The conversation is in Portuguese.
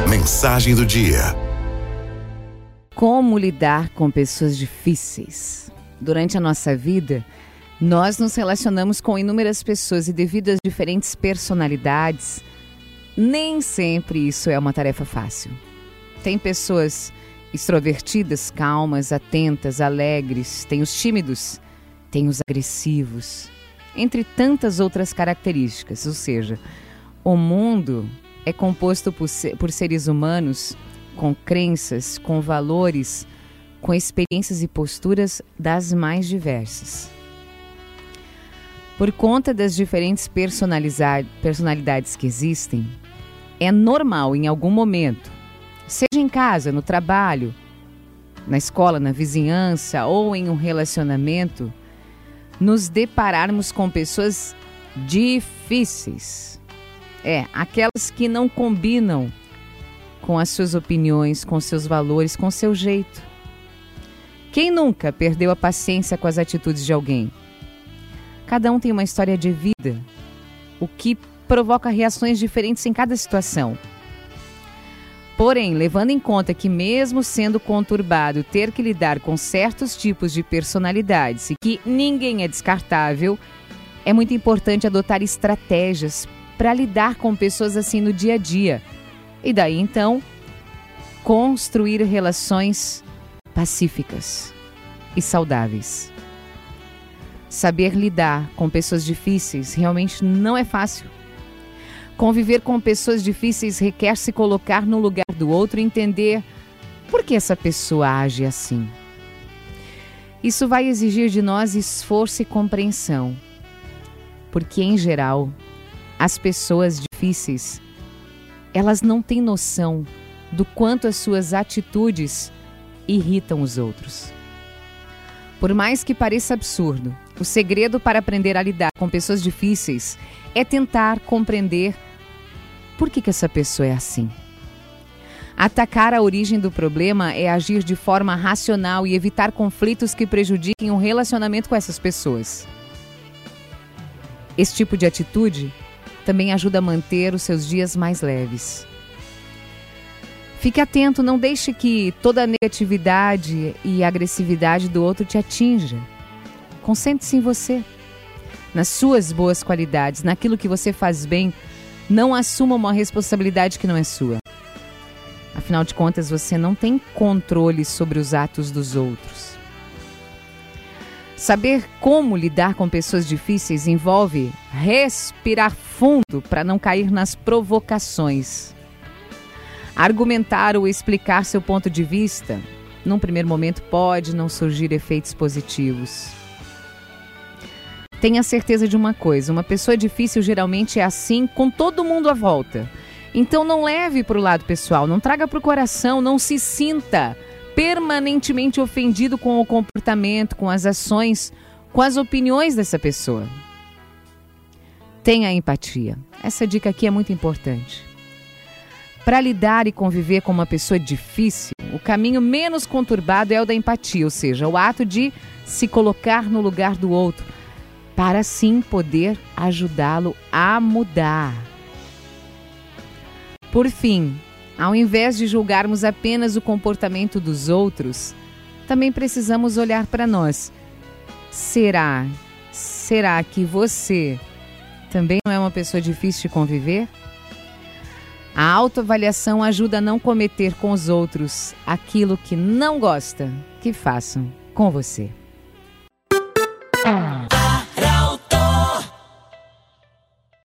Mensagem do dia. Como lidar com pessoas difíceis? Durante a nossa vida, nós nos relacionamos com inúmeras pessoas e devido às diferentes personalidades, nem sempre isso é uma tarefa fácil. Tem pessoas extrovertidas, calmas, atentas, alegres, tem os tímidos, tem os agressivos, entre tantas outras características. Ou seja, o mundo é composto por seres humanos com crenças, com valores, com experiências e posturas das mais diversas. Por conta das diferentes personalidades que existem, é normal em algum momento, seja em casa, no trabalho, na escola, na vizinhança ou em um relacionamento, nos depararmos com pessoas difíceis. Aquelas que não combinam com as suas opiniões, com seus valores, com seu jeito. Quem nunca perdeu a paciência com as atitudes de alguém? Cada um tem uma história de vida, o que provoca reações diferentes em cada situação. Porém, levando em conta que mesmo sendo conturbado ter que lidar com certos tipos de personalidades e que ninguém é descartável, é muito importante adotar estratégias para lidar com pessoas assim no dia a dia. E daí, então, construir relações pacíficas e saudáveis. Saber lidar com pessoas difíceis realmente não é fácil. Conviver com pessoas difíceis requer se colocar no lugar do outro e entender por que essa pessoa age assim. Isso vai exigir de nós esforço e compreensão, porque, em geral, as pessoas difíceis, elas não têm noção do quanto as suas atitudes irritam os outros. Por mais que pareça absurdo, o segredo para aprender a lidar com pessoas difíceis é tentar compreender por que essa pessoa é assim. Atacar a origem do problema é agir de forma racional e evitar conflitos que prejudiquem o relacionamento com essas pessoas. Esse tipo de atitude também ajuda a manter os seus dias mais leves. Fique atento, não deixe que toda a negatividade e agressividade do outro te atinja. Concentre-se em você, nas suas boas qualidades, naquilo que você faz bem. Não assuma uma responsabilidade que não é sua. Afinal de contas, você não tem controle sobre os atos dos outros. Saber como lidar com pessoas difíceis envolve respirar fundo para não cair nas provocações. Argumentar ou explicar seu ponto de vista, num primeiro momento, pode não surgir efeitos positivos. Tenha certeza de uma coisa, uma pessoa difícil geralmente é assim com todo mundo à volta. Então não leve para o lado pessoal, não traga para o coração, não se sinta permanentemente ofendido com o comportamento, com as ações, com as opiniões dessa pessoa. Tenha empatia. Essa dica aqui é muito importante. Para lidar e conviver com uma pessoa difícil, o caminho menos conturbado é o da empatia, ou seja, o ato de se colocar no lugar do outro, para assim poder ajudá-lo a mudar. Por fim, ao invés de julgarmos apenas o comportamento dos outros, também precisamos olhar para nós. Será que você também não é uma pessoa difícil de conviver? A autoavaliação ajuda a não cometer com os outros aquilo que não gosta que façam com você.